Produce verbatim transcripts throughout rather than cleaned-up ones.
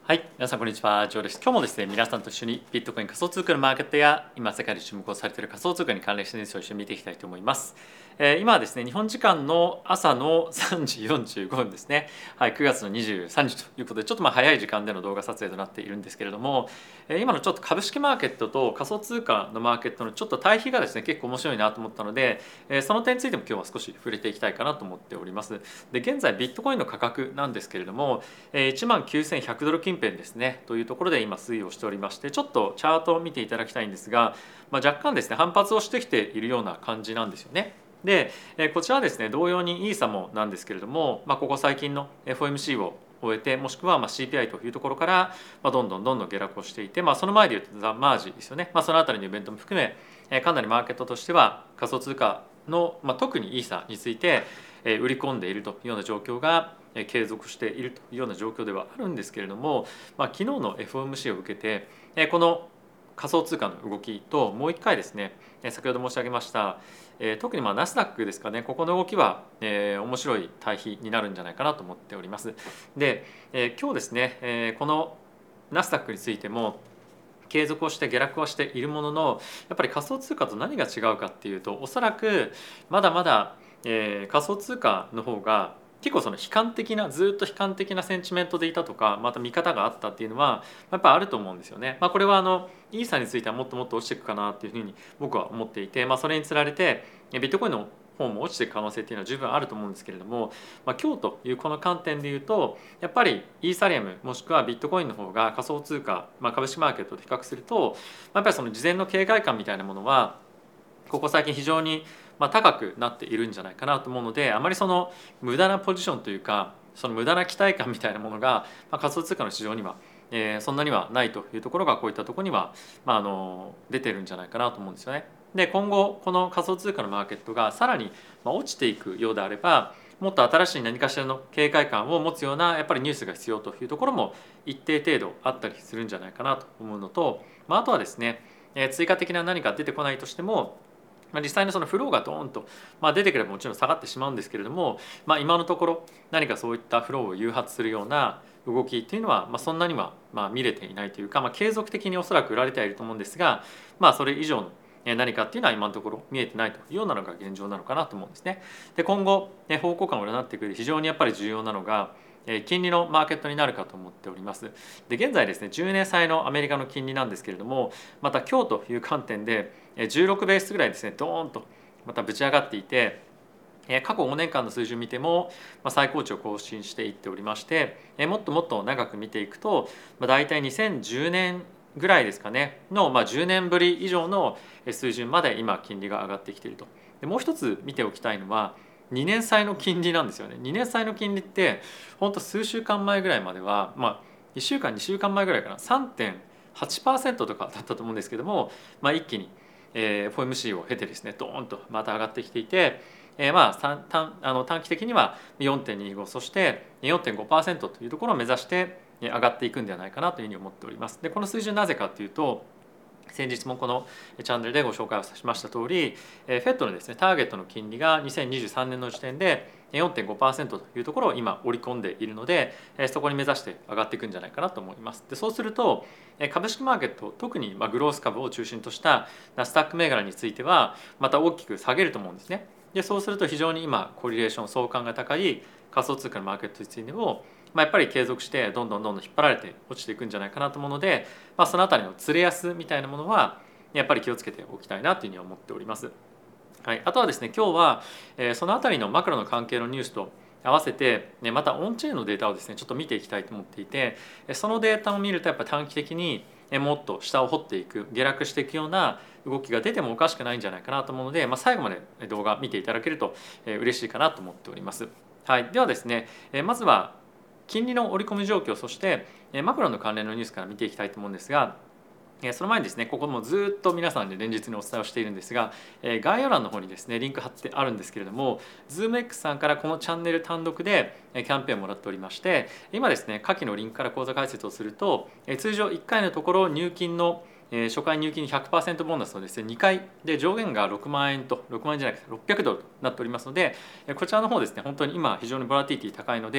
はい、皆さんこんにちは、ジョーです。今日もですね、皆さんと一緒にビットコイン仮想通貨のマーケットや今世界で注目をされている仮想通貨に関連したニュースを一緒に見ていきたいと思います。えー、今はですね、日本時間の朝のさんじよんじゅうごふんですね。はい、くがつのにじゅうさんにちということで、ちょっとまあ早い時間での動画撮影となっているんですけれども、えー、今のちょっと株式マーケットと仮想通貨のマーケットのちょっと対比がですね、結構面白いなと思ったので、えー、その点についても今日は少し触れていきたいかなと思っております。で、現在ビットコインの価格なんですけれども、いちまんきゅうせんひゃくドル近辺ですねというところで今推移をしておりまして、ちょっとチャートを見ていただきたいんですが、まあ、若干ですね反発をしてきているような感じなんですよね。でこちらはですね同様にイーサもなんですけれども、まあ、ここ最近の エフオーエムシー を終えて、もしくはまあ シーピーアイ というところから、まあ、どんどんどんどん下落をしていて、まあ、その前で言うとザ・マージですよね、まあ、そのあたりのイベントも含めかなりマーケットとしては仮想通貨の、まあ、特にイーサについて売り込んでいるというような状況が継続しているというような状況ではあるんですけれども、まあ、昨日の エフオーエムシー を受けてこの仮想通貨の動きともう一回ですね先ほど申し上げました特にまあナスダックですかね、ここの動きは面白い対比になるんじゃないかなと思っております。で今日ですねこのナスダックについても継続をして下落はしているものの、やっぱり仮想通貨と何が違うかっていうと、おそらくまだまだ、えー、仮想通貨の方が結構その悲観的なずっと悲観的なセンチメントでいたとか、また見方があったっていうのはやっぱあると思うんですよね。まあ、これはあのイーサについてはもっともっと落ちていくかなっていうふうに僕は思っていて、まあ、それにつられてビットコインの方も落ちていく可能性っていうのは十分あると思うんですけれども、まあ、今日というこの観点でいうとやっぱりイーサリアムもしくはビットコインの方が仮想通貨、まあ、株式マーケットと比較するとやっぱりその事前の警戒感みたいなものはここ最近非常にまあ高くなっているんじゃないかなと思うので、あまりその無駄なポジションというかその無駄な期待感みたいなものが、まあ、仮想通貨の市場には、えー、そんなにはないというところがこういったところには、まあ、あの出てるんじゃないかなと思うんですよね。で今後この仮想通貨のマーケットがさらに落ちていくようであれば、もっと新しい何かしらの警戒感を持つようなやっぱりニュースが必要というところも一定程度あったりするんじゃないかなと思うのと、まあ、あとはですね追加的な何か出てこないとしても実際のそのフローがドーンと、まあ、出てくればもちろん下がってしまうんですけれども、まあ、今のところ何かそういったフローを誘発するような動きっていうのは、まあ、そんなにはまあ見れていないというか、まあ、継続的におそらく売られてはいると思うんですが、まあ、それ以上の何かっていうのは今のところ見えてないというようなのが現状なのかなと思うんですね。で今後方向感を占っていく上で非常にやっぱり重要なのが金利のマーケットになるかと思っております。で現在ですねじゅうねん債のアメリカの金利なんですけれども、また今日という観点でじゅうろくベースぐらいですねドーンとまたぶち上がっていて、過去ごねんかんの数字を見ても最高値を更新していっておりまして、もっともっと長く見ていくと大体にせんじゅうねんぐらいですかねの、まあ、じゅうねんぶり以上の水準まで今金利が上がってきていると。でもう一つ見ておきたいのはにねん債の金利なんですよね。にねん債の金利って本当数週間前ぐらいまでは、まあ、いっしゅうかんにしゅうかんまえぐらいかな さんてんはちパーセント とかだったと思うんですけども、まあ、一気に エフオーエムシー を経てですねドーンとまた上がってきていて、えー、まあ短あの短期的には よんてんにじゅうご そして よんてんごパーセント というところを目指して上がっていくんではないかなというふうに思っております。でこの水準なぜかというと、先日もこのチャンネルでご紹介をしました通り エフイーディー のですねターゲットの金利がにせんにじゅうさんねんの時点で よんてんごパーセント というところを今織り込んでいるので、そこに目指して上がっていくんじゃないかなと思います。でそうすると株式マーケット、特にグロース株を中心としたナスダック銘柄についてはまた大きく下げると思うんですね。でそうすると非常に今コリレーション相関が高い仮想通貨のマーケットについてもまあ、やっぱり継続してどんどんどんどん引っ張られて落ちていくんじゃないかなと思うので、まあ、そのあたりの釣れ安みたいなものはやっぱり気をつけておきたいなというふうに思っております。はい、あとはですね今日は、えー、そのあたりのマクロの関係のニュースと合わせて、ね、またオンチェーンのデータをですねちょっと見ていきたいと思っていて、そのデータを見るとやっぱ短期的にもっと下を掘っていく下落していくような動きが出てもおかしくないんじゃないかなと思うので、まあ、最後まで動画見ていただけると嬉しいかなと思っております。はい、ではですねまずは金利の織り込み状況、そしてマクロの関連のニュースから見ていきたいと思うんですが、その前にですねここもずっと皆さんで連日にお伝えをしているんですが、概要欄の方にですねリンク貼ってあるんですけれども、 ズームエックス さんからこのチャンネル単独でキャンペーンをもらっておりまして、今ですね下記のリンクから口座開設をすると通常いっかいのところ入金の初回入金 ひゃくパーセント ボーナスをですねにかいで上限がろくまんえんとろくまんえんじゃなくてろっぴゃくドルとなっておりますので、こちらの方ですね本当に今非常にボラティティ高いので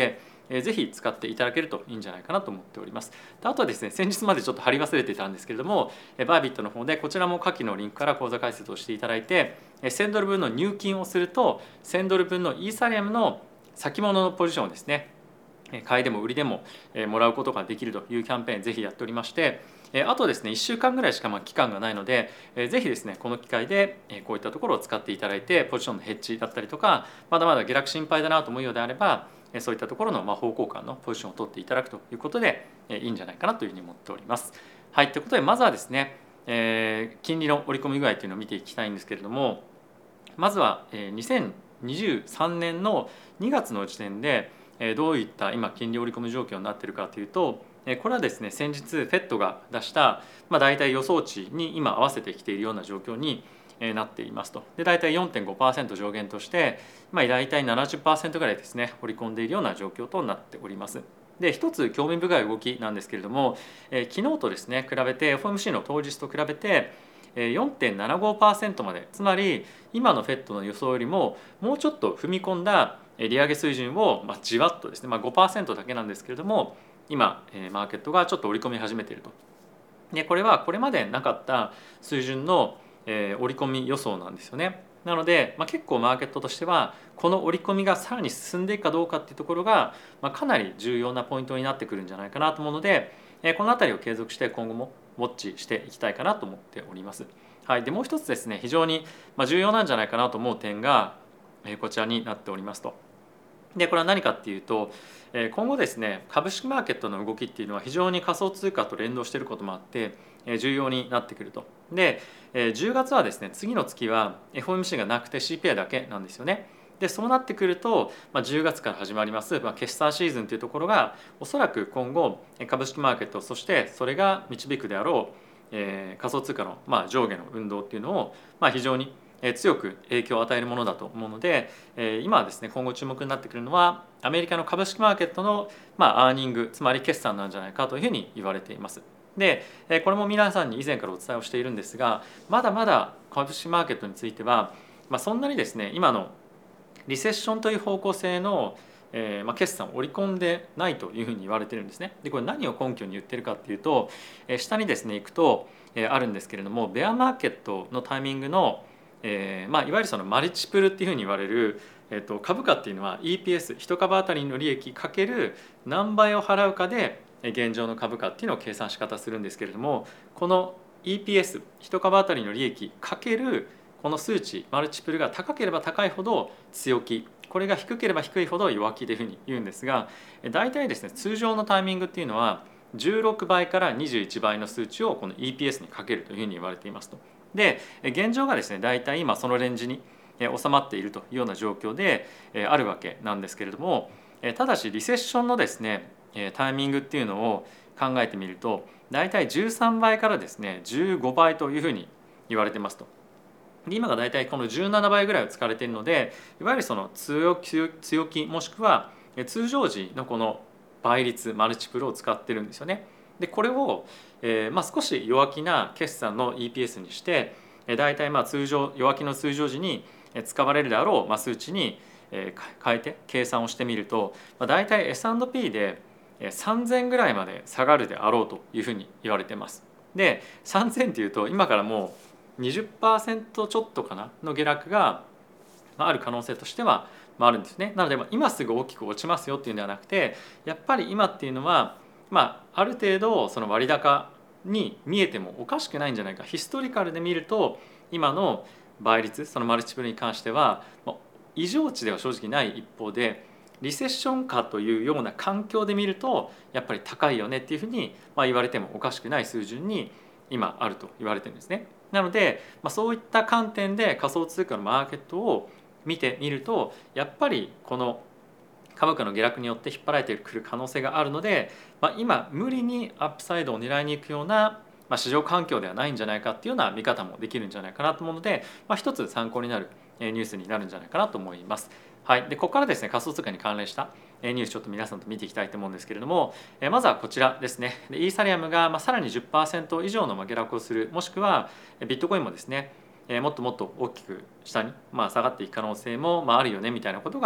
えー、ぜひ使っていただけるといいんじゃないかなと思っております。あとはですね、先日までちょっと貼り忘れていたんですけれども、バービットの方でこちらも下記のリンクから口座開設をしていただいて、せんドル分の入金をするとせんドル分のイーサリアムの先物のポジションをですね、買いでも売りでももらうことができるというキャンペーンぜひやっておりまして、あとですねいっしゅうかんぐらいしかまあ期間がないので、ぜひですねこの機会でこういったところを使っていただいて、ポジションのヘッジだったりとか、まだまだ下落心配だなと思うようであれば、そういったところのまあ方向感のポジションを取っていただくということでいいんじゃないかなというふうに思っております。はい、ということでまずはですね、えー、金利の織り込み具合というのを見ていきたいんですけれども、まずはにせんにじゅうさんねんのにがつの時点でどういった今金利織り込み状況になっているかというと、これはですね先日 フェット が出した、まあ、大体予想値に今合わせてきているような状況になっていますと。で大体 よんてんごパーセント 上限として、まあ、大体 ななじゅっパーセント ぐらいですね織り込んでいるような状況となっております。で一つ興味深い動きなんですけれども、えー、昨日とですね比べて エフオーエムシー の当日と比べて よんてんななごパーセント まで、つまり今の フェット の予想よりももうちょっと踏み込んだ利上げ水準をまあじわっとですね、まあ、ごパーセント だけなんですけれども今マーケットがちょっと織り込み始めていると。でこれはこれまでなかった水準の織り込み予想なんですよね。なので、まあ、結構マーケットとしてはこの織り込みがさらに進んでいくかどうかっていうところが、まあ、かなり重要なポイントになってくるんじゃないかなと思うので、この辺りを継続して今後もウォッチしていきたいかなと思っております。はい、でもう一つですね非常に重要なんじゃないかなと思う点がこちらになっておりますと。でこれは何かっていうと、今後ですね株式マーケットの動きっていうのは非常に仮想通貨と連動していることもあって重要になってくると。でじゅうがつはですね次の月は エフオーエムシー がなくて シーピーアイ だけなんですよね。でそうなってくると、まあ、じゅうがつから始まります、まあ、決算シーズンというところがおそらく今後株式マーケット、そしてそれが導くであろう、えー、仮想通貨の、まあ、上下の運動っていうのを、まあ、非常に強く影響を与えるものだと思うので、今はですね今後注目になってくるのはアメリカの株式マーケットのまあアーニング、つまり決算なんじゃないかというふうに言われています。でこれも皆さんに以前からお伝えをしているんですが、まだまだ株式マーケットについては、まあ、そんなにですね今のリセッションという方向性のえーまあ、決算を織り込んでないというふうに言われてるんですね。でこれ何を根拠に言ってるかっていうと、えー、下にですね行くと、えー、あるんですけれども、ベアマーケットのタイミングのえーまあ、いわゆるそのマルチプルっていうふうに言われる、えー、と株価っていうのは イーピーエス 一株当たりの利益かける何倍を払うかで現状の株価っていうのを計算し方するんですけれども、この イーピーエス 一株当たりの利益かけるこの数値マルチプルが高ければ高いほど強気、これが低ければ低いほど弱気というふうに言うんですが、大体ですね通常のタイミングっていうのはじゅうろくばいからにじゅういちばいの数値をこの イーピーエス にかけるというふうに言われていますと。で現状がですね大体今そのレンジに収まっているというような状況であるわけなんですけれども、ただしリセッションのですねタイミングっていうのを考えてみると大体じゅうさんばいからですねじゅうごばいというふうに言われてますと。今が大体このじゅうななばいぐらいを使われているので、いわゆるその強気強気もしくは通常時のこの倍率マルチプルを使ってるんですよね。でこれを、えーまあ、少し弱気な決算の イーピーエス にして、えー、大体まあ通常弱気の通常時に使われるであろう、まあ、数値に、えー、変えて計算をしてみると、まあ、大体 エスアンドピー でさんぜんぐらいまで下がるであろうというふうに言われています。でさんぜんっていうと今からもう にじゅっパーセント ちょっとかなの下落がある可能性としてはあるんですね。なので今すぐ大きく落ちますよっていうんではなくて、やっぱり今っていうのはまあ、ある程度その割高に見えてもおかしくないんじゃないか。ヒストリカルで見ると今の倍率、そのマルチプルに関しては異常値では正直ない一方で、リセッション下というような環境で見るとやっぱり高いよねっていうふうにまあ言われてもおかしくない水準に今あると言われてるんですね。なので、まあ、そういった観点で仮想通貨のマーケットを見てみると、やっぱりこの株価の下落によって引っ張られてくる可能性があるので、まあ、今無理にアップサイドを狙いに行くような、まあ、市場環境ではないんじゃないかっていうような見方もできるんじゃないかなと思うので、まあ、一つ参考になるニュースになるんじゃないかなと思います。はい、でここからですね仮想通貨に関連したニュースちょっと皆さんと見ていきたいと思うんですけれども、まずはこちらですね。イーサリアムがさらに じゅっパーセント 以上の下落をする、もしくはビットコインもですねもっともっと大きく下にまあ下がっていく可能性もまああるよねみたいなことが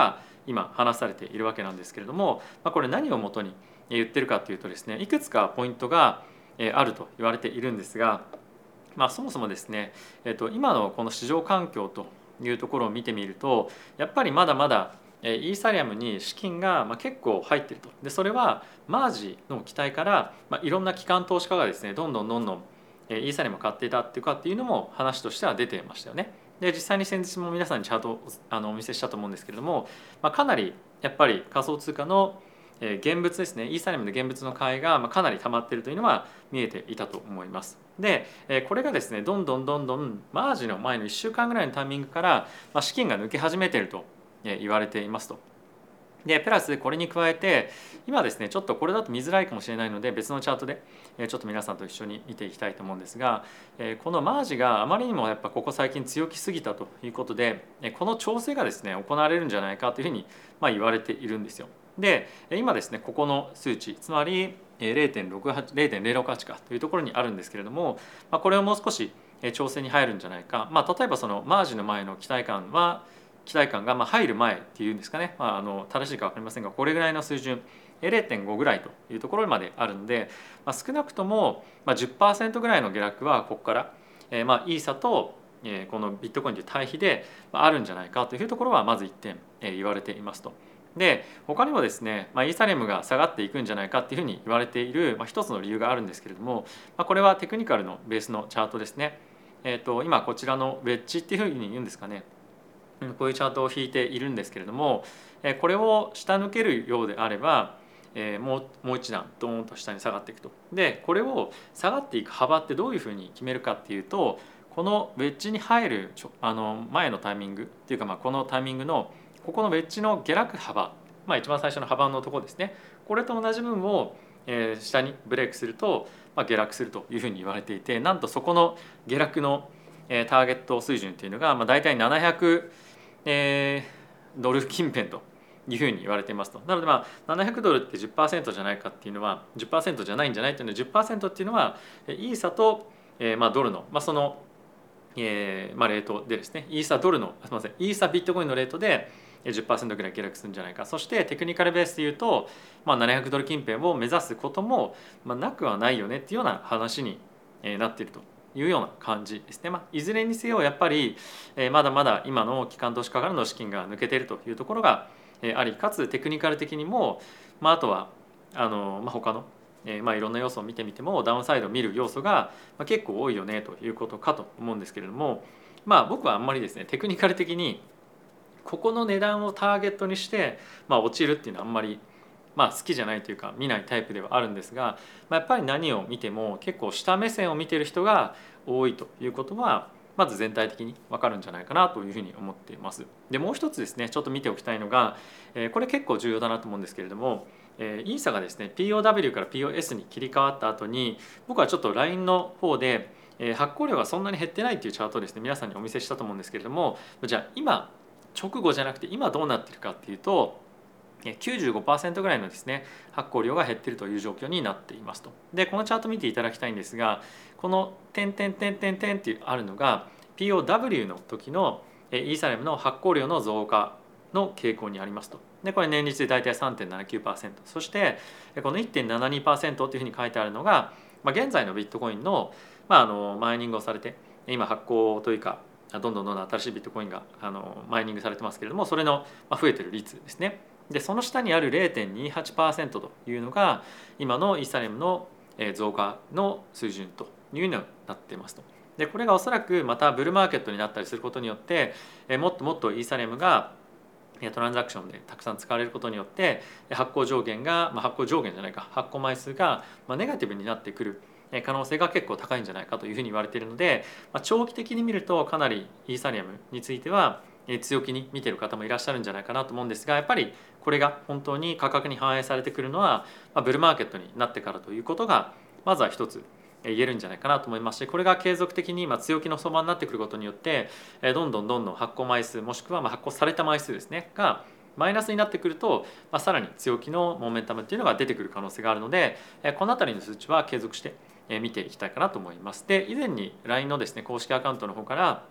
今話されているわけなんですけれども、まあ、これ何をもとに言ってるかというとですね、いくつかポイントがあると言われているんですが、まあ、そもそもですね、えっと、今のこの市場環境というところを見てみると、やっぱりまだまだイーサリアムに資金が結構入っていると。でそれはマージの期待から、まあ、いろんな機関投資家がですねどんどんどんどんイーサリアムを買っていたっていうかっていうのも話としては出てましたよね。で実際に先日も皆さんにチャートをあのお見せしたと思うんですけれども、まあ、かなりやっぱり仮想通貨の現物ですね、イーサリアムの現物の買いがかなり溜まっているというのは見えていたと思います。でこれがですねどんどんどんどんマージの前のいっしゅうかんぐらいのタイミングから資金が抜け始めていると言われていますと。でプラスこれに加えて今ですねちょっとこれだと見づらいかもしれないので別のチャートでちょっと皆さんと一緒に見ていきたいと思うんですが、このマージがあまりにもやっぱここ最近強気すぎたということでこの調整がですね行われるんじゃないかというふうにまあ言われているんですよ。で今ですねここの数値つまり ゼロてんろくはち ゼロてんゼロろくはち かというところにあるんですけれども、まあ、これをもう少し調整に入るんじゃないか、まあ、例えばそのマージの前の期待感は期待感がまあ入る前っていうんですかね、まあ、あの正しいか分かりませんがこれぐらいの水準 ゼロてんご ぐらいというところまであるので、まあ、少なくとも じゅっパーセント ぐらいの下落はここから、えー、まあイーサとこのビットコインという対比であるんじゃないかというところはまずいってん言われていますと。で他にもですね、まあ、イーサリアムが下がっていくんじゃないかっていうふうに言われている、まあ、一つの理由があるんですけれども、まあ、これはテクニカルのベースのチャートですね。えー、と今こちらのウェッジっていうふうに言うんですかね、こういうチャートを引いているんですけれども、これを下抜けるようであればもうもう一段ドーンと下に下がっていくと。でこれを下がっていく幅ってどういうふうに決めるかっていうと、このウェッジに入るあの前のタイミングっていうか、まあこのタイミングのここのウェッジの下落幅、まあ、一番最初の幅のところですね、これと同じ分を下にブレイクすると、まあ、下落するというふうに言われていて、なんとそこの下落のターゲット水準というのが、まあ、大体ななひゃくドル近辺というふうに言われていますと。なのでまあななひゃくドルって じゅっパーセント じゃないかっていうのは じゅっパーセント じゃないんじゃないっていうのは じゅっパーセント っていうのはイーサとまあドルの、まあ、そのえーまあ、レートでですね、イーサドルのすみませんイーサビットコインのレートで じゅっパーセント ぐらい下落するんじゃないか。そしてテクニカルベースでいうと、まあ、ななひゃくドル近辺を目指すことも、まあ、なくはないよねっていうような話になっているというような感じですね。まあ、いずれにせよやっぱりまだまだ今の機関投資家からの資金が抜けているというところがあり、かつテクニカル的にも、まあ、あとはあの、まあ、他のえーまあ、いろんな要素を見てみてもダウンサイドを見る要素が結構多いよねということかと思うんですけれども、まあ僕はあんまりですねテクニカル的にここの値段をターゲットにして、まあ、落ちるっていうのはあんまり、まあ、好きじゃないというか見ないタイプではあるんですが、まあ、やっぱり何を見ても結構下目線を見てる人が多いということはまず全体的に分かるんじゃないかなというふうに思っています。でもう一つですねちょっと見ておきたいのが、えー、これ結構重要だなと思うんですけれども、イーサがですね ピーオーダブリュー から ピーオーエス に切り替わった後に僕はちょっと ライン の方で発行量がそんなに減ってないっていうチャートをですね皆さんにお見せしたと思うんですけれども、じゃあ今直後じゃなくて今どうなってるかっていうと きゅうじゅうごパーセント ぐらいのですね発行量が減っているという状況になっていますと。でこのチャート見ていただきたいんですが、この点点点点点ってあるのが ピーオーダブリュー の時のイーサリアムの発行量の増加の傾向にありますと。でこれ年率で大体 さんてんななきゅうパーセント、そしてこの いってんななにパーセント というふうに書いてあるのが、まあ、現在のビットコインの、まあ、あのマイニングをされて今発行というかどんどんどんどん新しいビットコインがあのマイニングされてますけれども、それの増えてる率ですね。でその下にある ゼロてんにはちパーセント というのが今のイーサリアムの増加の水準というのになっていますと。でこれがおそらくまたブルーマーケットになったりすることによってもっともっとイーサリアムがトランザクションでたくさん使われることによって発行上限が、まあ、発行上限じゃないか発行枚数がネガティブになってくる可能性が結構高いんじゃないかというふうに言われているので、まあ、長期的に見るとかなりイーサリアムについては強気に見ている方もいらっしゃるんじゃないかなと思うんですが、やっぱりこれが本当に価格に反映されてくるのは、まあ、ブルーマーケットになってからということがまずは一つ言えるんじゃないかなと思いますし、これが継続的に強気の相場になってくることによってどんどんどんどん発行枚数もしくは発行された枚数ですねがマイナスになってくると、まあ、さらに強気のモメンタムっていうのが出てくる可能性があるので、この辺りの数値は継続して見ていきたいかなと思います。で以前に ライン のですね公式アカウントの方から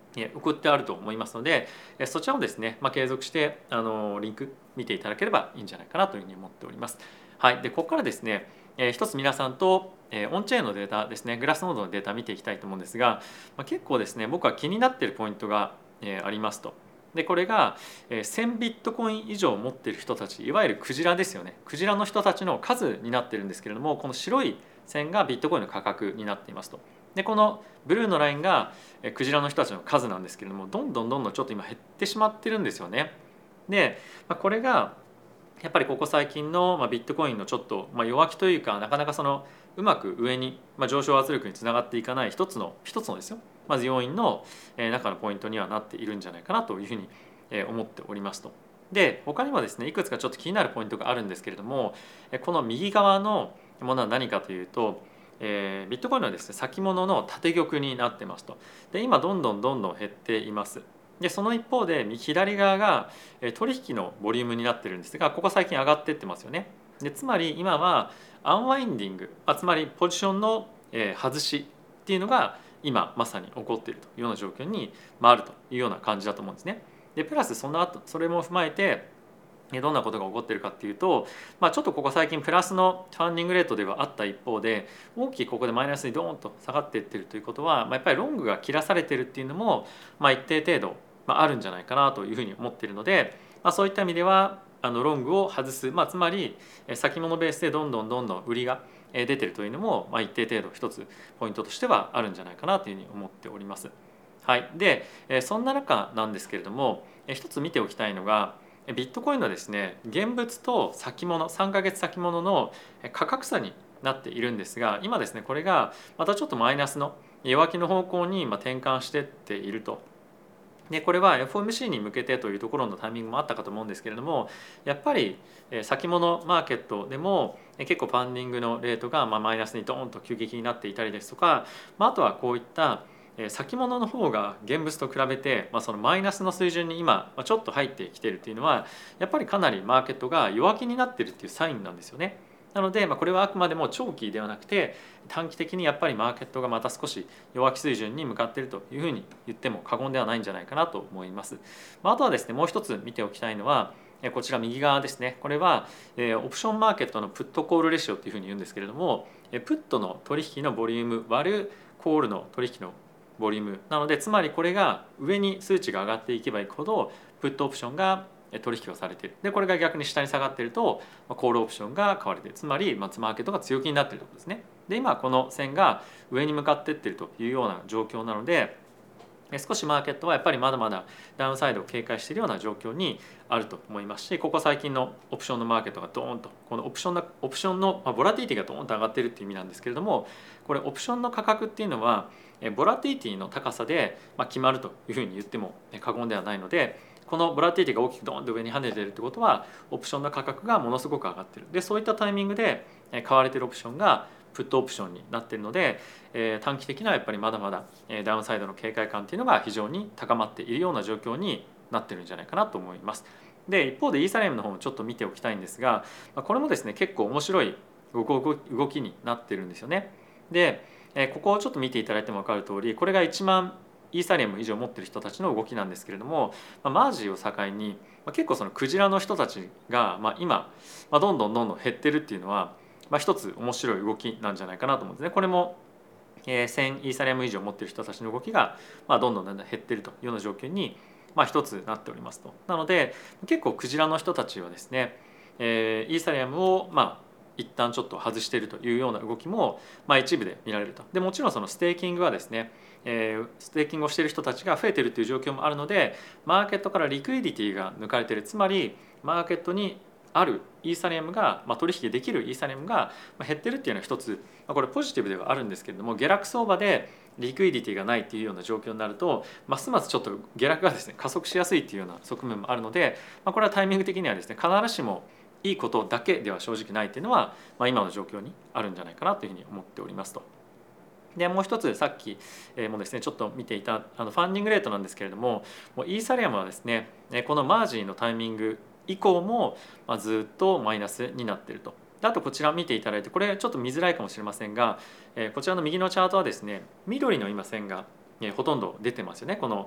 送ってあると思いますので、そちらをですね、まあ、継続してあのリンク見ていただければいいんじゃないかなというふうに思っております。はい、でここからですね、えー、一つ皆さんと、えー、オンチェーンのデータですね、グラスノードのデータ見ていきたいと思うんですが、まあ、結構ですね僕は気になっているポイントが、えー、ありますと。でこれが、えー、せんビットコイン以上持っている人たち、いわゆるクジラですよね。クジラの人たちの数になっているんですけれども、この白い線がビットコインの価格になっていますと。でこのブルーのラインがクジラの人たちの数なんですけれども、どんどんどんどんちょっと今減ってしまってるんですよね。でこれがやっぱりここ最近のビットコインのちょっと弱気というか、なかなかそのうまく上に上昇圧力につながっていかない一つの一つのですよ、まず要因の中のポイントにはなっているんじゃないかなというふうに思っておりますと。で他にもですねいくつかちょっと気になるポイントがあるんですけれども、この右側のものは何かというと、えー、ビットコインのですね先物の縦玉になってますと。で今どんどんどんどん減っています。でその一方で左側が取引のボリュームになってるんですが、ここ最近上がってってますよね。でつまり今はアンワインディング、つまりポジションの外しっていうのが今まさに起こっているというような状況にあるというような感じだと思うんですね。でプラスその後それも踏まえてどんなことが起こっているかっていうと、まあ、ちょっとここ最近プラスのファンディングレートではあった一方で、大きくここでマイナスにドーンと下がっていってるということは、まあ、やっぱりロングが切らされてるっていうのも、まあ、一定程度あるんじゃないかなというふうに思っているので、まあ、そういった意味ではあのロングを外す、まあ、つまり先物ベースでどんどんどんどん売りが出てるというのも、まあ、一定程度一つポイントとしてはあるんじゃないかなというふうに思っております。はい、でそんな中なんですけれども、一つ見ておきたいのがビットコインのですね現物と先物さんかげつ先物の価格差になっているんですが、今ですねこれがまたちょっとマイナスの弱気の方向に転換していっていると。でこれは エフオーエムシー に向けてというところのタイミングもあったかと思うんですけれども、やっぱり先物マーケットでも結構ファンディングのレートがマイナスにドーンと急激になっていたりですとか、あとはこういった先物の方が現物と比べて、まあ、そのマイナスの水準に今ちょっと入ってきているというのは、やっぱりかなりマーケットが弱気になっているっていうサインなんですよね。なので、まあ、これはあくまでも長期ではなくて短期的にやっぱりマーケットがまた少し弱気水準に向かっているというふうに言っても過言ではないんじゃないかなと思います。まあ、あとはですねもう一つ見ておきたいのはこちら右側ですね。これはオプションマーケットのプットコールレシオというふうに言うんですけれども、プットの取引のボリューム割るコールの取引のボリュームなので、つまりこれが上に数値が上がっていけばいくほどプットオプションが取引をされている。でこれが逆に下に下がっているとコールオプションが買われている。つまりマーケットが強気になっているということですね。で今この線が上に向かっていっているというような状況なので、少しマーケットはやっぱりまだまだダウンサイドを警戒しているような状況にあると思いますし、ここ最近のオプションのマーケットがドーンとこのオプションのオプションのボラティティがドーンと上がっているっていう意味なんですけれども、これオプションの価格っていうのはボラティティの高さで決まるというふうに言っても過言ではないので、このボラティティが大きくドーンと上に跳ねているってことはオプションの価格がものすごく上がっている。でそういったタイミングで買われているオプションがプットオプションになっているので、えー、短期的にはやっぱりまだまだダウンサイドの警戒感っていうのが非常に高まっているような状況になってるんじゃないかなと思います。で一方でイーサリアムの方もちょっと見ておきたいんですが、これもですね結構面白い動きになってるんですよね。でここをちょっと見ていただいても分かる通り、これがいちまんイーサリアム以上持ってる人たちの動きなんですけれども、マージを境に結構そのクジラの人たちが今どんどんどんどん減ってるっていうのは、まあ、一つ面白い動きなんじゃないかなと思うんですね。これもせんイーサリアム以上持っている人たちの動きがまあどんどんどんどん減っているというような状況にまあ一つなっておりますと。なので結構クジラの人たちはですね、えー、イーサリアムをまあ一旦ちょっと外しているというような動きもまあ一部で見られると。でもちろんそのステーキングはですね、えー、ステーキングをしている人たちが増えているという状況もあるので、マーケットからリクイディティが抜かれている、つまりマーケットにあるイーサリアムが、まあ、取引できるイーサリアムが減ってるっていうのは一つ、まあ、これポジティブではあるんですけれども、下落相場でリクイディティがないっていうような状況になると、ますますちょっと下落がですね加速しやすいっていうような側面もあるので、まあ、これはタイミング的にはですね必ずしもいいことだけでは正直ないっていうのは、まあ、今の状況にあるんじゃないかなというふうに思っておりますと。でもう一つさっきもですねちょっと見ていたあのファンディングレートなんですけれども、もうイーサリアムはですねこのマージンのタイミング以降もずっとマイナスになっていると。あとこちら見ていただいて、これちょっと見づらいかもしれませんが、こちらの右のチャートはですね緑の今線がほとんど出てますよね。この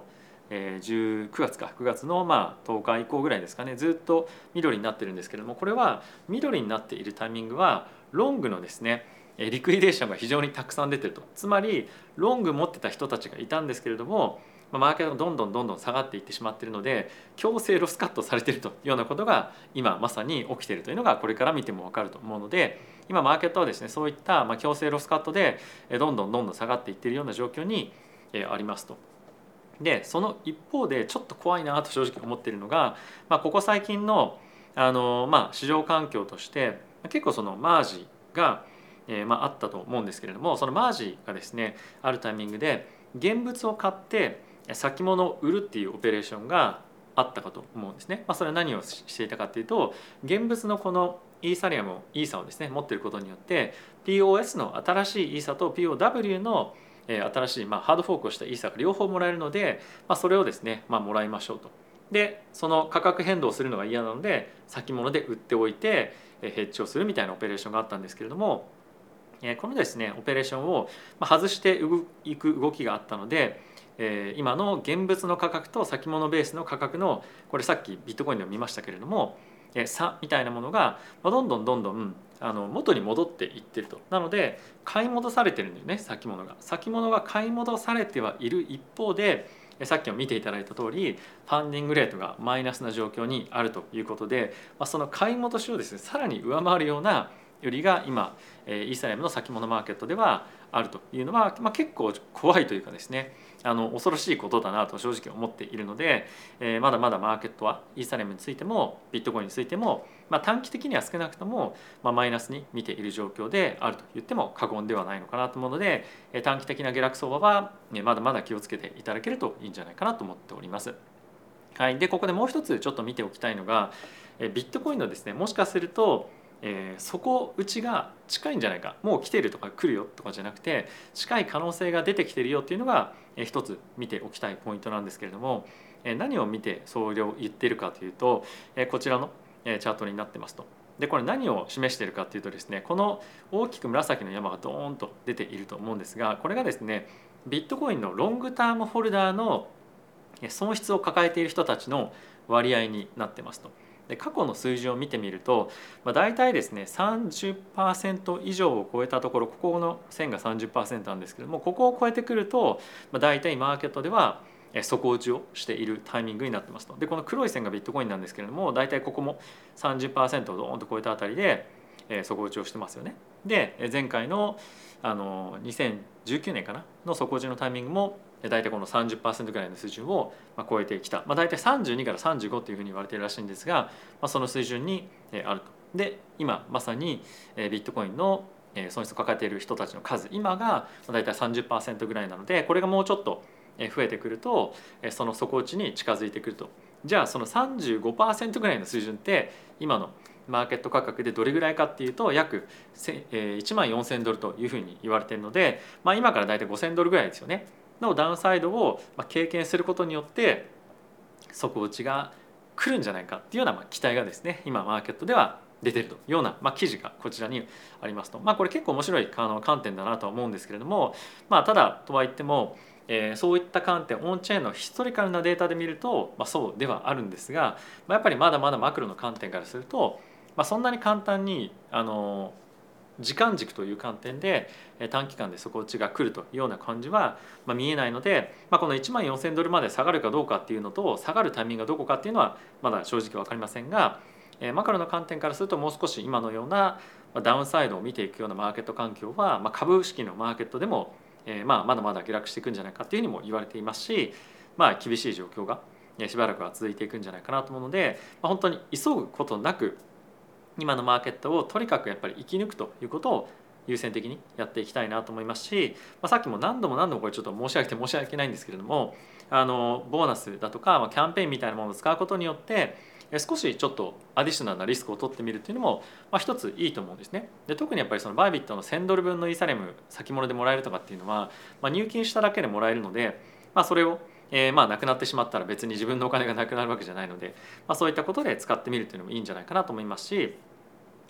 えー、じゅうくがつかくがつのまあとおか以降ぐらいですかね、ずっと緑になってるんですけれども、これは緑になっているタイミングはロングのですねリクイデーションが非常にたくさん出てると。つまりロング持ってた人たちがいたんですけれども、マーケットがどんどんどんどん下がっていってしまっているので、強制ロスカットされているというようなことが今まさに起きているというのがこれから見ても分かると思うので、今マーケットはですねそういったまあ強制ロスカットでどんどんどんどん下がっていっているような状況にありますと。でその一方でちょっと怖いなと正直思っているのが、まあ、ここ最近のあの、まあ、市場環境として結構そのマージが、えーまあ、あったと思うんですけれども、そのマージがですねあるタイミングで現物を買って先物を売るっていうオペレーションがあったかと思うんですね。まあ、それは何をしていたかというと、現物のこのイーサリアムをイーサをですね持っていることによって ピーオーエス の新しいイーサと ピーオーダブリュー の新しいまあハードフォークをしたイーサが両方もらえるので、まあ、それをですねまあもらいましょうと。でその価格変動するのが嫌なので先物で売っておいてヘッジをするみたいなオペレーションがあったんですけれども、このですねオペレーションを外していく動きがあったので、今の現物の価格と先物ベースの価格のこれさっきビットコインでも見ましたけれども差みたいなものがどんどんどんどんあの元に戻っていってると。なので買い戻されてるんだよね、先物が先物が買い戻されてはいる一方で、さっきも見ていただいた通りファンディングレートがマイナスな状況にあるということで、その買い戻しをですねさらに上回るような売りが今イーサリアムの先物マーケットではあるというのは、まあ、結構怖いというかですね、あの恐ろしいことだなと正直思っているので、えー、まだまだマーケットはイーサリアムについてもビットコインについても、まあ、短期的には少なくとも、まあ、マイナスに見ている状況であると言っても過言ではないのかなと思うので、短期的な下落相場はまだまだ気をつけていただけるといいんじゃないかなと思っております。はい、でここでもう一つちょっと見ておきたいのが、ビットコインのですねもしかするとえー、底打ちが近いんじゃないか、もう来てるとか来るよとかじゃなくて近い可能性が出てきてるよっていうのが、えー、一つ見ておきたいポイントなんですけれども、えー、何を見てそれを言っているかというと、えー、こちらの、えー、チャートになってますと。でこれ何を示しているかというとですね、この大きく紫の山がドーンと出ていると思うんですが、これがですねビットコインのロングタームホルダーの損失を抱えている人たちの割合になってますと。で過去の数字を見てみると、まあ、大体ですね さんじゅっパーセント 以上を超えたところ、ここの線が さんじゅっパーセント なんですけども、ここを超えてくると、まあ、大体マーケットでは底打ちをしているタイミングになってますと。でこの黒い線がビットコインなんですけれども、大体ここも さんじゅっパーセント をドーンと超えたあたりで底打ちをしてますよね。で前回のあのにせんじゅうきゅうねんかなの底打ちのタイミングも大体この さんじゅっパーセント ぐらいの水準を超えてきた、まあ、大体さんじゅうにからさんじゅうごというふうに言われているらしいんですが、まあ、その水準にあると。で今まさにビットコインの損失を抱えている人たちの数、今が大体 さんじゅっパーセント ぐらいなので、これがもうちょっと増えてくるとその底打ちに近づいてくると。じゃあその さんじゅうごパーセント ぐらいの水準って今のマーケット価格でどれぐらいかっていうと約いちまんよんせんドルというふうに言われているので、まあ、今から大体ごせんドルぐらいですよねのダウンサイドを経験することによって底打ちが来るんじゃないかっていうような期待がですね今マーケットでは出ているというような、まあ、記事がこちらにありますと。まあ、これ結構面白いあの観点だなとは思うんですけれども、まあ、ただとは言っても、えー、そういった観点オンチェーンのヒストリカルなデータで見ると、まあ、そうではあるんですが、まあ、やっぱりまだまだマクロの観点からすると、まあ、そんなに簡単にあの時間軸という観点で短期間で底打ちが来るというような感じは見えないので、まあ、このいちまんよんせんドルまで下がるかどうかっていうのと下がるタイミングがどこかっていうのはまだ正直分かりませんが、マクロの観点からするともう少し今のようなダウンサイドを見ていくようなマーケット環境は、まあ、株式のマーケットでもまあまだまだ下落していくんじゃないかっていうふうにも言われていますし、まあ、厳しい状況がしばらくは続いていくんじゃないかなと思うので、まあ、本当に急ぐことなく今のマーケットをとにかくやっぱり生き抜くということを優先的にやっていきたいなと思いますし、まあ、さっきも何度も何度もこれちょっと申し上げて申し訳ないんですけれども、あのボーナスだとか、まあ、キャンペーンみたいなものを使うことによって少しちょっとアディショナルなリスクを取ってみるっていうのも、まあ、一ついいと思うんですね。で特にやっぱりそのバイビットのせんドル分のイーサリアム先物でもらえるとかっていうのは、まあ、入金しただけでもらえるので、まあ、それをえー、まあなくなってしまったら別に自分のお金がなくなるわけじゃないので、まあ、そういったことで使ってみるというのもいいんじゃないかなと思いますし、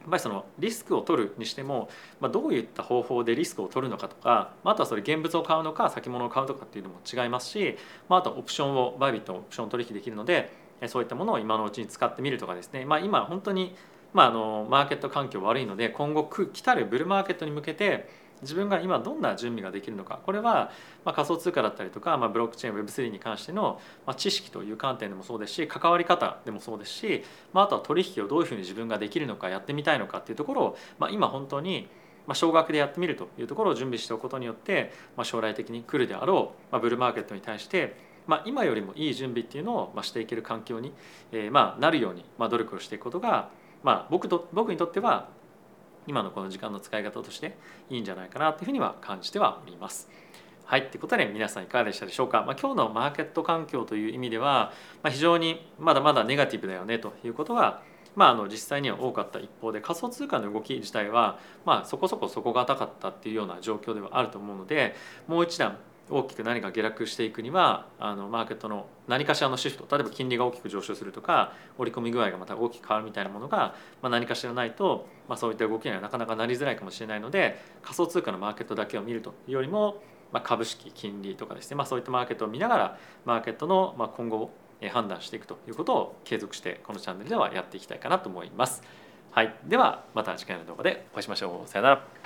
やっぱりそのリスクを取るにしても、まあ、どういった方法でリスクを取るのかとか、まあ、あとはそれ現物を買うのか先物を買うとかっていうのも違いますし、まあ、あとはオプションをバイビットのオプション取引できるので、そういったものを今のうちに使ってみるとかですね、まあ、今本当に、まあ、あのマーケット環境悪いので、今後来たるブルーマーケットに向けて自分が今どんな準備ができるのか、これはまあ仮想通貨だったりとか、まあ、ブロックチェーン ウェブスリー に関してのまあ知識という観点でもそうですし、関わり方でもそうですし、まあ、あとは取引をどういうふうに自分ができるのか、やってみたいのかっていうところを、まあ、今本当にまあ少額でやってみるというところを準備しておくことによって、まあ、将来的に来るであろう、まあ、ブルーマーケットに対して、まあ、今よりもいい準備っていうのをまあしていける環境に、えー、まあなるようにまあ努力をしていくことが、まあ、僕と僕にとっては今のこの時間の使い方としていいんじゃないかなというふうには感じてはおります。はい、ということで皆さんいかがでしたでしょうか。まあ、今日のマーケット環境という意味では、まあ、非常にまだまだネガティブだよねということが、まあ、あの実際には多かった一方で、仮想通貨の動き自体は、まあ、そこそこ底堅かったっていうような状況ではあると思うので、もう一段大きく何か下落していくにはあのマーケットの何かしらのシフト、例えば金利が大きく上昇するとか織り込み具合がまた大きく変わるみたいなものが、まあ、何かしらないと、まあ、そういった動きにはなかなかなりづらいかもしれないので、仮想通貨のマーケットだけを見るというよりも、まあ、株式金利とかですね、まあ、そういったマーケットを見ながらマーケットのまあ今後を判断していくということを継続してこのチャンネルではやっていきたいかなと思います。はい、ではまた次回の動画でお会いしましょう。さよなら。